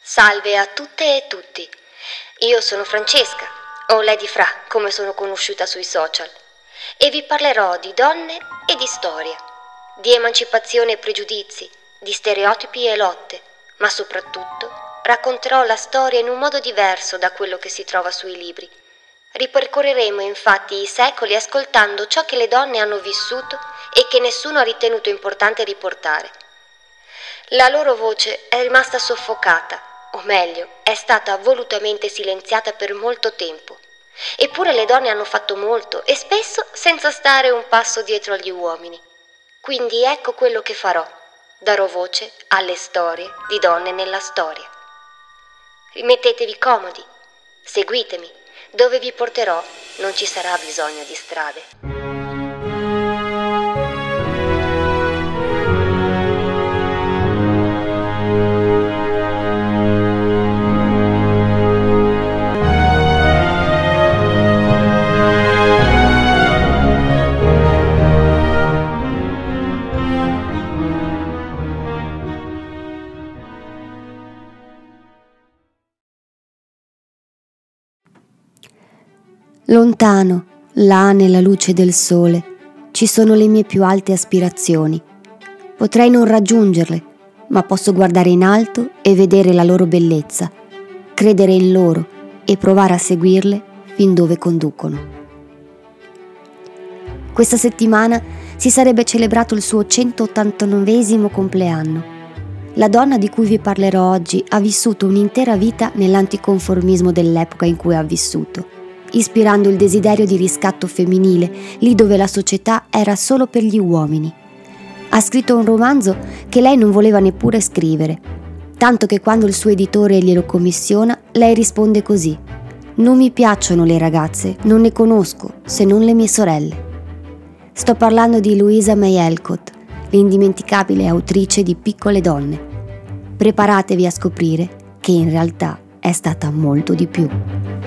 Salve a tutte e tutti. Io sono Francesca, o Lady Fra, come sono conosciuta sui social, e vi parlerò di donne e di storia, di emancipazione e pregiudizi, di stereotipi e lotte, ma soprattutto racconterò la storia in un modo diverso da quello che si trova sui libri. Ripercorreremo infatti i secoli ascoltando ciò che le donne hanno vissuto e che nessuno ha ritenuto importante riportare. La loro voce è rimasta soffocata, o meglio, è stata volutamente silenziata per molto tempo. Eppure le donne hanno fatto molto e spesso senza stare un passo dietro agli uomini. Quindi ecco quello che farò. Darò voce alle storie di donne nella storia. Rimettetevi comodi, seguitemi. Dove vi porterò non ci sarà bisogno di strade. Lontano, là nella luce del sole, ci sono le mie più alte aspirazioni. Potrei non raggiungerle, ma posso guardare in alto e vedere la loro bellezza, credere in loro e provare a seguirle fin dove conducono. Questa settimana si sarebbe celebrato il suo 189° compleanno. La donna di cui vi parlerò oggi ha vissuto un'intera vita nell'anticonformismo dell'epoca in cui ha vissuto, ispirando il desiderio di riscatto femminile, lì dove la società era solo per gli uomini. Ha scritto un romanzo che lei non voleva neppure scrivere, tanto che quando il suo editore glielo commissiona, lei risponde così: «Non mi piacciono le ragazze, non ne conosco, se non le mie sorelle». Sto parlando di Louisa May Alcott, l'indimenticabile autrice di Piccole donne. Preparatevi a scoprire che in realtà è stata molto di più.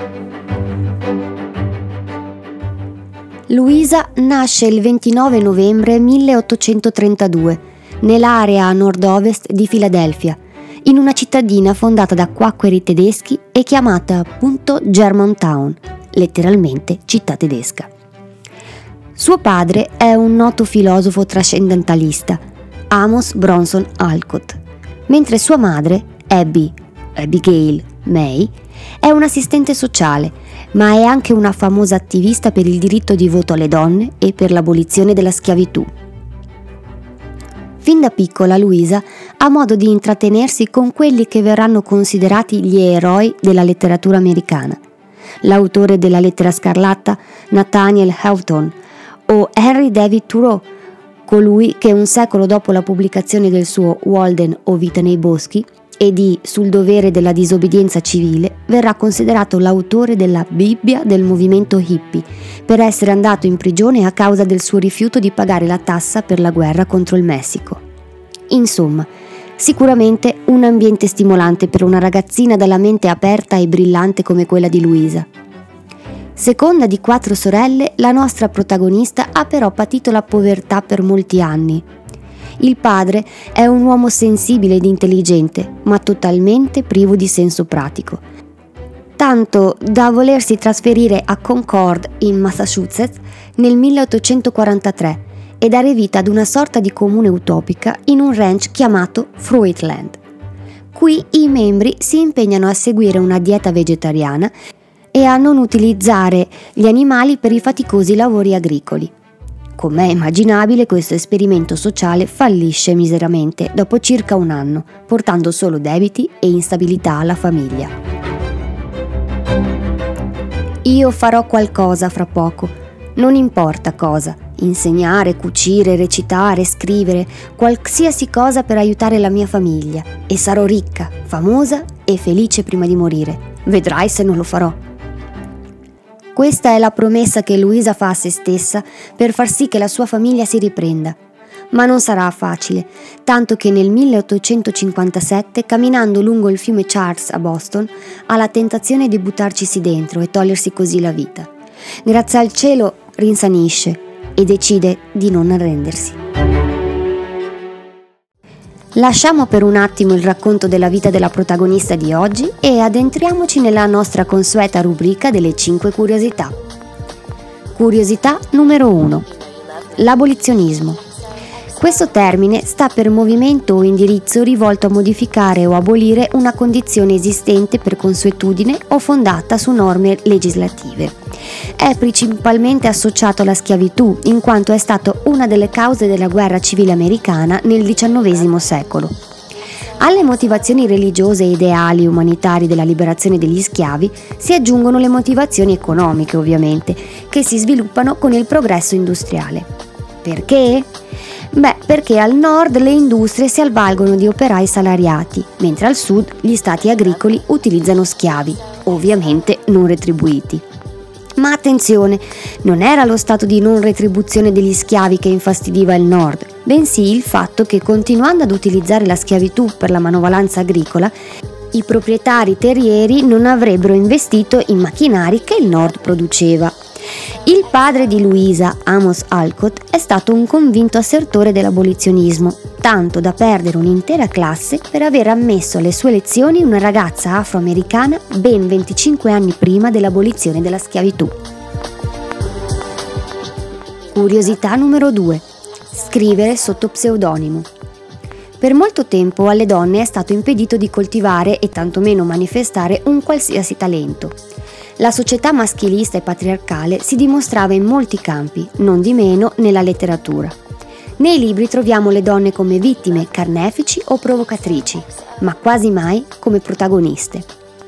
Louisa nasce il 29 novembre 1832 nell'area a nord-ovest di Filadelfia, in una cittadina fondata da quacqueri tedeschi e chiamata appunto Germantown, letteralmente città tedesca. Suo padre è un noto filosofo trascendentalista, Amos Bronson Alcott, mentre sua madre, Abigail May, è un'assistente sociale, ma è anche una famosa attivista per il diritto di voto alle donne e per l'abolizione della schiavitù. Fin da piccola Louisa ha modo di intrattenersi con quelli che verranno considerati gli eroi della letteratura americana: l'autore della Lettera Scarlatta Nathaniel Hawthorne o Henry David Thoreau, colui che un secolo dopo la pubblicazione del suo Walden o Vita nei boschi e di Sul dovere della disobbedienza civile verrà considerato l'autore della Bibbia del movimento hippie per essere andato in prigione a causa del suo rifiuto di pagare la tassa per la guerra contro il Messico. Insomma, sicuramente un ambiente stimolante per una ragazzina dalla mente aperta e brillante come quella di Louisa. Seconda di 4 sorelle, la nostra protagonista ha però patito la povertà per molti anni. Il padre è un uomo sensibile ed intelligente, ma totalmente privo di senso pratico, tanto da volersi trasferire a Concord, in Massachusetts, nel 1843 e dare vita ad una sorta di comune utopica in un ranch chiamato Fruitland. Qui i membri si impegnano a seguire una dieta vegetariana e a non utilizzare gli animali per i faticosi lavori agricoli. Com'è immaginabile, questo esperimento sociale fallisce miseramente dopo circa un anno, portando solo debiti e instabilità alla famiglia. Io farò qualcosa fra poco, non importa cosa, insegnare, cucire, recitare, scrivere, qualsiasi cosa per aiutare la mia famiglia, e sarò ricca, famosa e felice prima di morire. Vedrai se non lo farò. Questa è la promessa che Louisa fa a se stessa per far sì che la sua famiglia si riprenda. Ma non sarà facile, tanto che nel 1857, camminando lungo il fiume Charles a Boston, ha la tentazione di buttarcisi dentro e togliersi così la vita. Grazie al cielo rinsanisce e decide di non arrendersi. Lasciamo per un attimo il racconto della vita della protagonista di oggi e addentriamoci nella nostra consueta rubrica delle 5 curiosità. Curiosità numero 1. L'abolizionismo. Questo termine sta per movimento o indirizzo rivolto a modificare o abolire una condizione esistente per consuetudine o fondata su norme legislative. È principalmente associato alla schiavitù, in quanto è stato una delle cause della guerra civile americana nel XIX secolo. Alle motivazioni religiose e ideali umanitari della liberazione degli schiavi si aggiungono le motivazioni economiche, ovviamente, che si sviluppano con il progresso industriale. Perché? Perché al nord le industrie si avvalgono di operai salariati, mentre al sud gli stati agricoli utilizzano schiavi, ovviamente non retribuiti. Ma attenzione, non era lo stato di non retribuzione degli schiavi che infastidiva il nord, bensì il fatto che, continuando ad utilizzare la schiavitù per la manovalanza agricola, i proprietari terrieri non avrebbero investito in macchinari che il nord produceva. Il padre di Louisa, Amos Alcott, è stato un convinto assertore dell'abolizionismo, tanto da perdere un'intera classe per aver ammesso alle sue lezioni una ragazza afroamericana ben 25 anni prima dell'abolizione della schiavitù. Curiosità numero 2. Scrivere sotto pseudonimo. Per molto tempo alle donne è stato impedito di coltivare e tantomeno manifestare un qualsiasi talento. La società maschilista e patriarcale si dimostrava in molti campi, non di meno nella letteratura. Nei libri troviamo le donne come vittime, carnefici o provocatrici, ma quasi mai come protagoniste.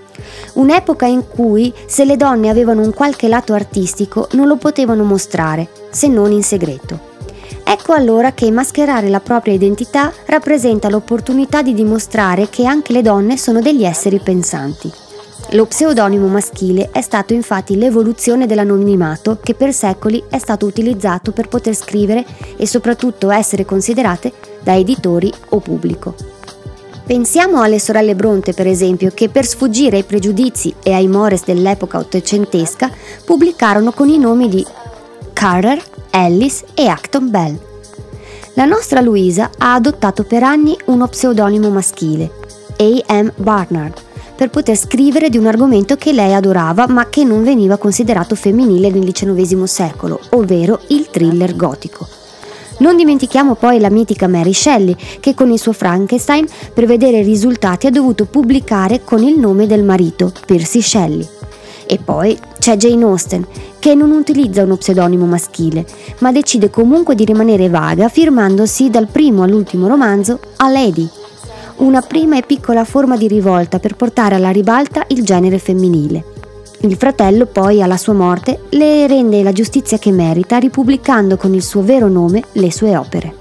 Un'epoca in cui, se le donne avevano un qualche lato artistico, non lo potevano mostrare, se non in segreto. Ecco allora che mascherare la propria identità rappresenta l'opportunità di dimostrare che anche le donne sono degli esseri pensanti. Lo pseudonimo maschile è stato infatti l'evoluzione dell'anonimato che per secoli è stato utilizzato per poter scrivere e soprattutto essere considerate da editori o pubblico. Pensiamo alle sorelle Bronte, per esempio, che per sfuggire ai pregiudizi e ai mores dell'epoca ottocentesca pubblicarono con i nomi di Carter, Ellis e Acton Bell. La nostra Louisa ha adottato per anni uno pseudonimo maschile, A.M. Barnard, per poter scrivere di un argomento che lei adorava ma che non veniva considerato femminile nel XIX secolo, ovvero il thriller gotico. Non dimentichiamo poi la mitica Mary Shelley, che con il suo Frankenstein, per vedere i risultati, ha dovuto pubblicare con il nome del marito, Percy Shelley. E poi c'è Jane Austen, che non utilizza uno pseudonimo maschile, ma decide comunque di rimanere vaga, firmandosi dal primo all'ultimo romanzo a Lady, una prima e piccola forma di rivolta per portare alla ribalta il genere femminile. Il fratello poi, alla sua morte, le rende la giustizia che merita, ripubblicando con il suo vero nome le sue opere.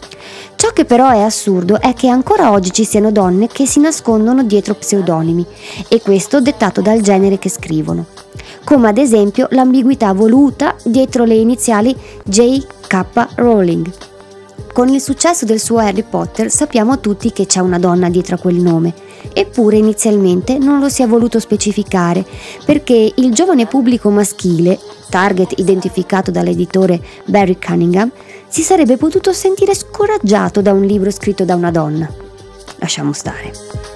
Ciò che però è assurdo è che ancora oggi ci siano donne che si nascondono dietro pseudonimi, e questo dettato dal genere che scrivono, come ad esempio l'ambiguità voluta dietro le iniziali J.K. Rowling. Con il successo del suo Harry Potter sappiamo tutti che c'è una donna dietro a quel nome, eppure inizialmente non lo si è voluto specificare perché il giovane pubblico maschile, target identificato dall'editore Barry Cunningham, si sarebbe potuto sentire scoraggiato da un libro scritto da una donna. Lasciamo stare.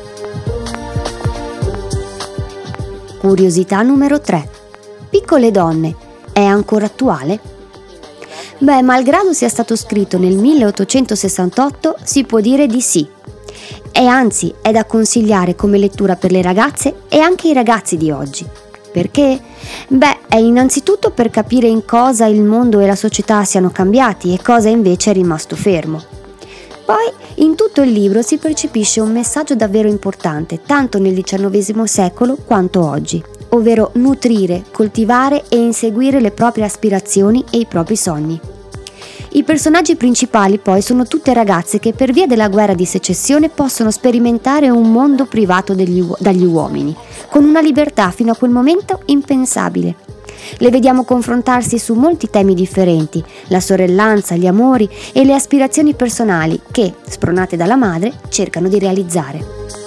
Curiosità numero 3. Piccole donne, è ancora attuale? Malgrado sia stato scritto nel 1868, si può dire di sì. E anzi, è da consigliare come lettura per le ragazze e anche i ragazzi di oggi. Perché? È innanzitutto per capire in cosa il mondo e la società siano cambiati e cosa invece è rimasto fermo. Poi, in tutto il libro si percepisce un messaggio davvero importante, tanto nel XIX secolo quanto oggi, ovvero nutrire, coltivare e inseguire le proprie aspirazioni e i propri sogni. I personaggi principali poi sono tutte ragazze che per via della guerra di secessione possono sperimentare un mondo privato dagli uomini, con una libertà fino a quel momento impensabile. Le vediamo confrontarsi su molti temi differenti, la sorellanza, gli amori e le aspirazioni personali che, spronate dalla madre, cercano di realizzare.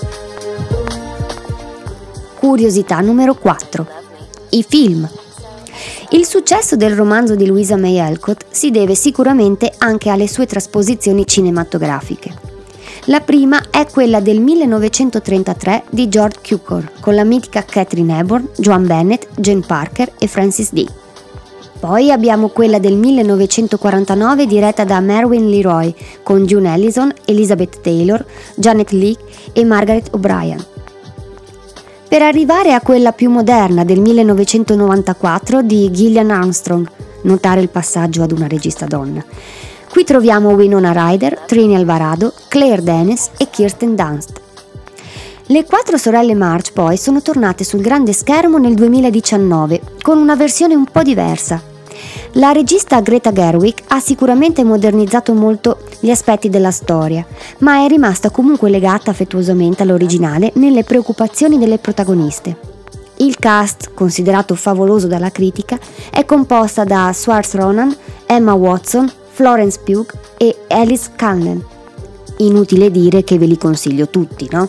Curiosità numero 4. I film. Il successo del romanzo di Louisa May Alcott si deve sicuramente anche alle sue trasposizioni cinematografiche. La prima è quella del 1933 di George Cukor, con la mitica Katharine Hepburn, Joan Bennett, Jane Parker e Francis D. Poi abbiamo quella del 1949 diretta da Mervyn LeRoy, con June Ellison, Elizabeth Taylor, Janet Leigh e Margaret O'Brien. Per arrivare a quella più moderna del 1994 di Gillian Armstrong, notare il passaggio ad una regista donna. Qui troviamo Winona Ryder, Trini Alvarado, Claire Denis e Kirsten Dunst. Le 4 sorelle March poi sono tornate sul grande schermo nel 2019 con una versione un po' diversa. La regista Greta Gerwig ha sicuramente modernizzato molto gli aspetti della storia, ma è rimasta comunque legata affettuosamente all'originale nelle preoccupazioni delle protagoniste. Il cast, considerato favoloso dalla critica, è composta da Saoirse Ronan, Emma Watson, Florence Pugh e Alice Cullen. Inutile dire che ve li consiglio tutti, no?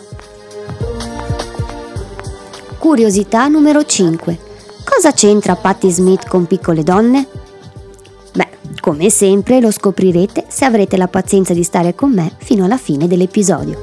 Curiosità numero 5. Cosa c'entra Patti Smith con Piccole donne? Beh, come sempre lo scoprirete se avrete la pazienza di stare con me fino alla fine dell'episodio.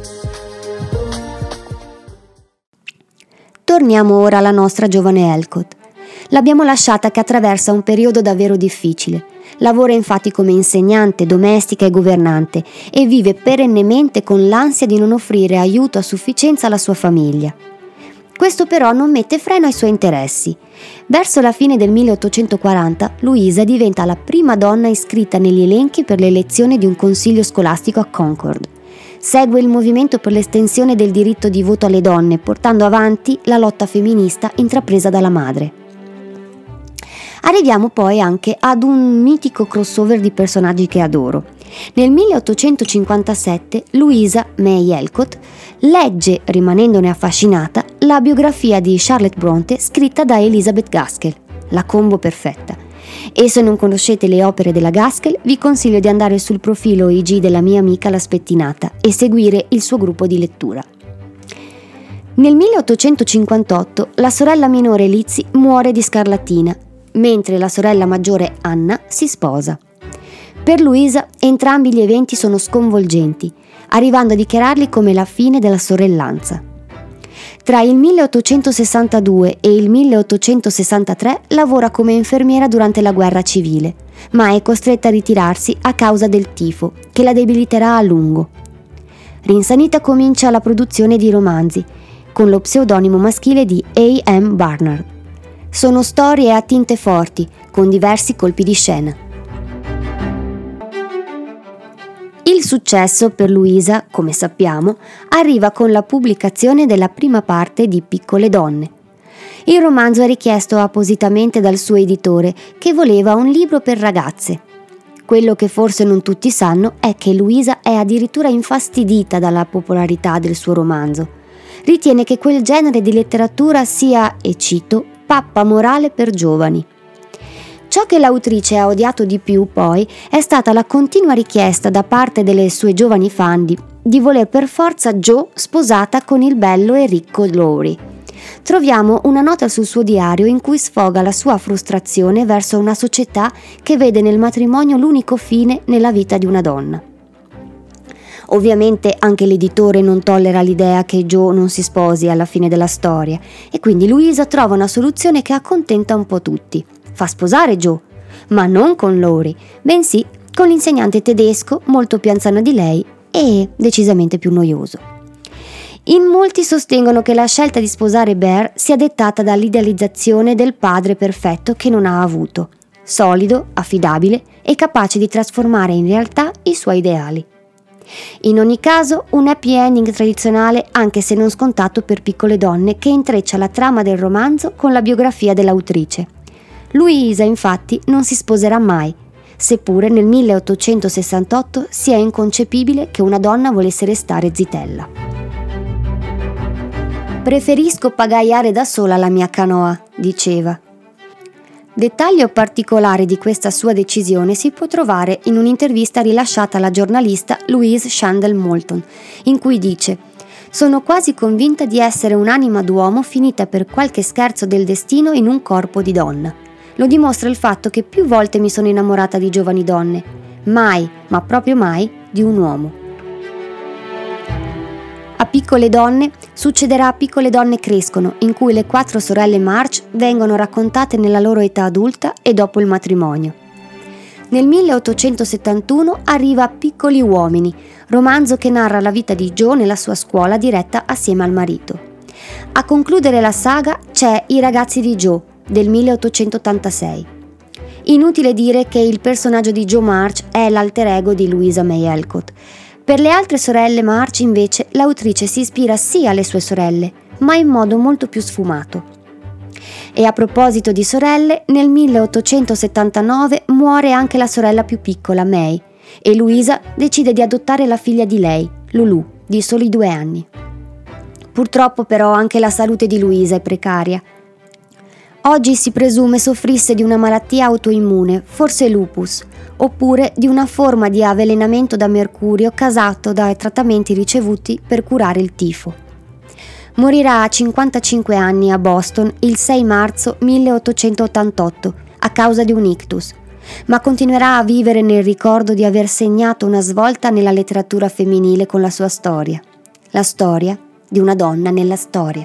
Torniamo ora alla nostra giovane Elcott. L'abbiamo lasciata che attraversa un periodo davvero difficile. Lavora infatti come insegnante, domestica e governante e vive perennemente con l'ansia di non offrire aiuto a sufficienza alla sua famiglia. Questo però non mette freno ai suoi interessi. Verso la fine del 1840, Louisa diventa la prima donna iscritta negli elenchi per l'elezione di un consiglio scolastico a Concord. Segue il movimento per l'estensione del diritto di voto alle donne, portando avanti la lotta femminista intrapresa dalla madre. Arriviamo poi anche ad un mitico crossover di personaggi che adoro. Nel 1857 Louisa May Alcott legge, rimanendone affascinata, la biografia di Charlotte Brontë scritta da Elizabeth Gaskell, la combo perfetta. E se non conoscete le opere della Gaskell, vi consiglio di andare sul profilo IG della mia amica La Spettinata e seguire il suo gruppo di lettura. Nel 1858 la sorella minore Lizzie muore di scarlattina, mentre la sorella maggiore Anna si sposa. Per Louisa entrambi gli eventi sono sconvolgenti, arrivando a dichiararli come la fine della sorellanza. Tra il 1862 e il 1863 lavora come infermiera durante la guerra civile, ma è costretta a ritirarsi a causa del tifo, che la debiliterà a lungo. Rinsanita comincia la produzione di romanzi, con lo pseudonimo maschile di A.M. Barnard. Sono storie a tinte forti, con diversi colpi di scena. Il successo per Louisa, come sappiamo, arriva con la pubblicazione della prima parte di Piccole donne. Il romanzo è richiesto appositamente dal suo editore, che voleva un libro per ragazze. Quello che forse non tutti sanno è che Louisa è addirittura infastidita dalla popolarità del suo romanzo. Ritiene che quel genere di letteratura sia, e cito, pappa morale per giovani. Ciò che l'autrice ha odiato di più, poi, è stata la continua richiesta da parte delle sue giovani fan di voler per forza Jo sposata con il bello e ricco Lowry. Troviamo una nota sul suo diario in cui sfoga la sua frustrazione verso una società che vede nel matrimonio l'unico fine nella vita di una donna. Ovviamente anche l'editore non tollera l'idea che Jo non si sposi alla fine della storia e quindi Louisa trova una soluzione che accontenta un po' tutti. Fa sposare Jo, ma non con Lowry, bensì con l'insegnante tedesco molto più anziano di lei e decisamente più noioso. In molti sostengono che la scelta di sposare Bear sia dettata dall'idealizzazione del padre perfetto che non ha avuto, solido, affidabile e capace di trasformare in realtà i suoi ideali. In ogni caso, un happy ending tradizionale, anche se non scontato per Piccole donne, che intreccia la trama del romanzo con la biografia dell'autrice. Louisa, infatti, non si sposerà mai, seppure nel 1868 sia inconcepibile che una donna volesse restare zitella. «Preferisco pagaiare da sola la mia canoa», diceva. Dettaglio particolare di questa sua decisione si può trovare in un'intervista rilasciata alla giornalista Louise Chandler Moulton, in cui dice: «Sono quasi convinta di essere un'anima d'uomo finita per qualche scherzo del destino in un corpo di donna. Lo dimostra il fatto che più volte mi sono innamorata di giovani donne, mai, ma proprio mai, di un uomo». A Piccole donne succederà a Piccole donne crescono, in cui le 4 sorelle March vengono raccontate nella loro età adulta e dopo il matrimonio. Nel 1871 arriva Piccoli uomini, romanzo che narra la vita di Jo nella sua scuola diretta assieme al marito. A concludere la saga c'è I ragazzi di Jo del 1886. Inutile dire che il personaggio di Jo March è l'alter ego di Louisa May Alcott. Per le altre sorelle March invece l'autrice si ispira sì alle sue sorelle, ma in modo molto più sfumato. E a proposito di sorelle, nel 1879 muore anche la sorella più piccola, May, e Louisa decide di adottare la figlia di lei, Lulu, di soli 2 anni. Purtroppo però anche la salute di Louisa è precaria. Oggi si presume soffrisse di una malattia autoimmune, forse lupus, oppure di una forma di avvelenamento da mercurio causato dai trattamenti ricevuti per curare il tifo. Morirà a 55 anni a Boston il 6 marzo 1888 a causa di un ictus, ma continuerà a vivere nel ricordo di aver segnato una svolta nella letteratura femminile con la sua storia, la storia di una donna nella storia.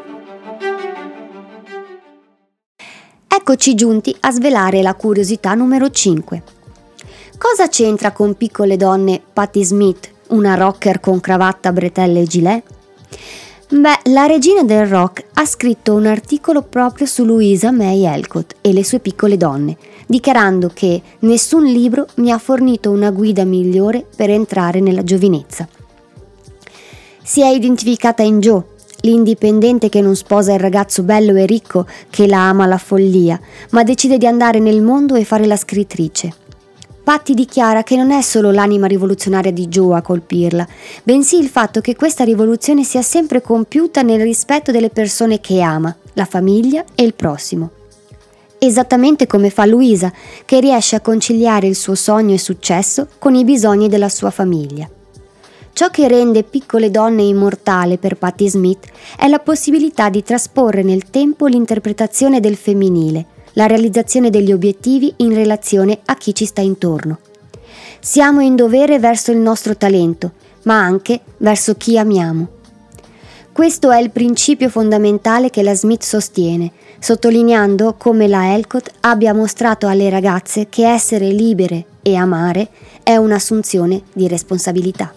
Eccoci giunti a svelare la curiosità numero 5. Cosa c'entra con Piccole donne Patti Smith, una rocker con cravatta, bretelle e gilet? La regina del rock ha scritto un articolo proprio su Louisa May Alcott e le sue piccole donne, dichiarando che nessun libro mi ha fornito una guida migliore per entrare nella giovinezza. Si è identificata in Jo, l'indipendente che non sposa il ragazzo bello e ricco che la ama alla follia, ma decide di andare nel mondo e fare la scrittrice. Patti dichiara che non è solo l'anima rivoluzionaria di Jo a colpirla, bensì il fatto che questa rivoluzione sia sempre compiuta nel rispetto delle persone che ama, la famiglia e il prossimo. Esattamente come fa Louisa, che riesce a conciliare il suo sogno e successo con i bisogni della sua famiglia. Ciò che rende Piccole donne immortale per Patti Smith è la possibilità di trasporre nel tempo l'interpretazione del femminile, la realizzazione degli obiettivi in relazione a chi ci sta intorno. Siamo in dovere verso il nostro talento, ma anche verso chi amiamo. Questo è il principio fondamentale che la Smith sostiene, sottolineando come la Alcott abbia mostrato alle ragazze che essere libere e amare è un'assunzione di responsabilità.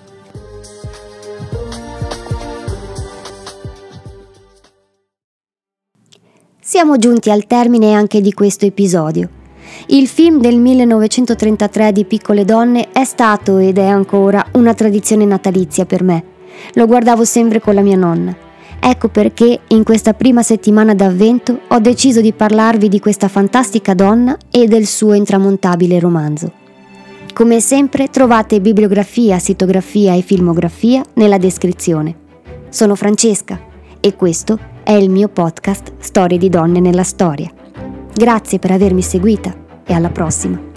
Siamo giunti al termine anche di questo episodio. Il film del 1933 di Piccole donne è stato ed è ancora una tradizione natalizia per me. Lo guardavo sempre con la mia nonna. Ecco perché in questa prima settimana d'avvento ho deciso di parlarvi di questa fantastica donna e del suo intramontabile romanzo. Come sempre trovate bibliografia, sitografia e filmografia nella descrizione. Sono Francesca e questo è il mio podcast Storie di donne nella storia. Grazie per avermi seguita e alla prossima.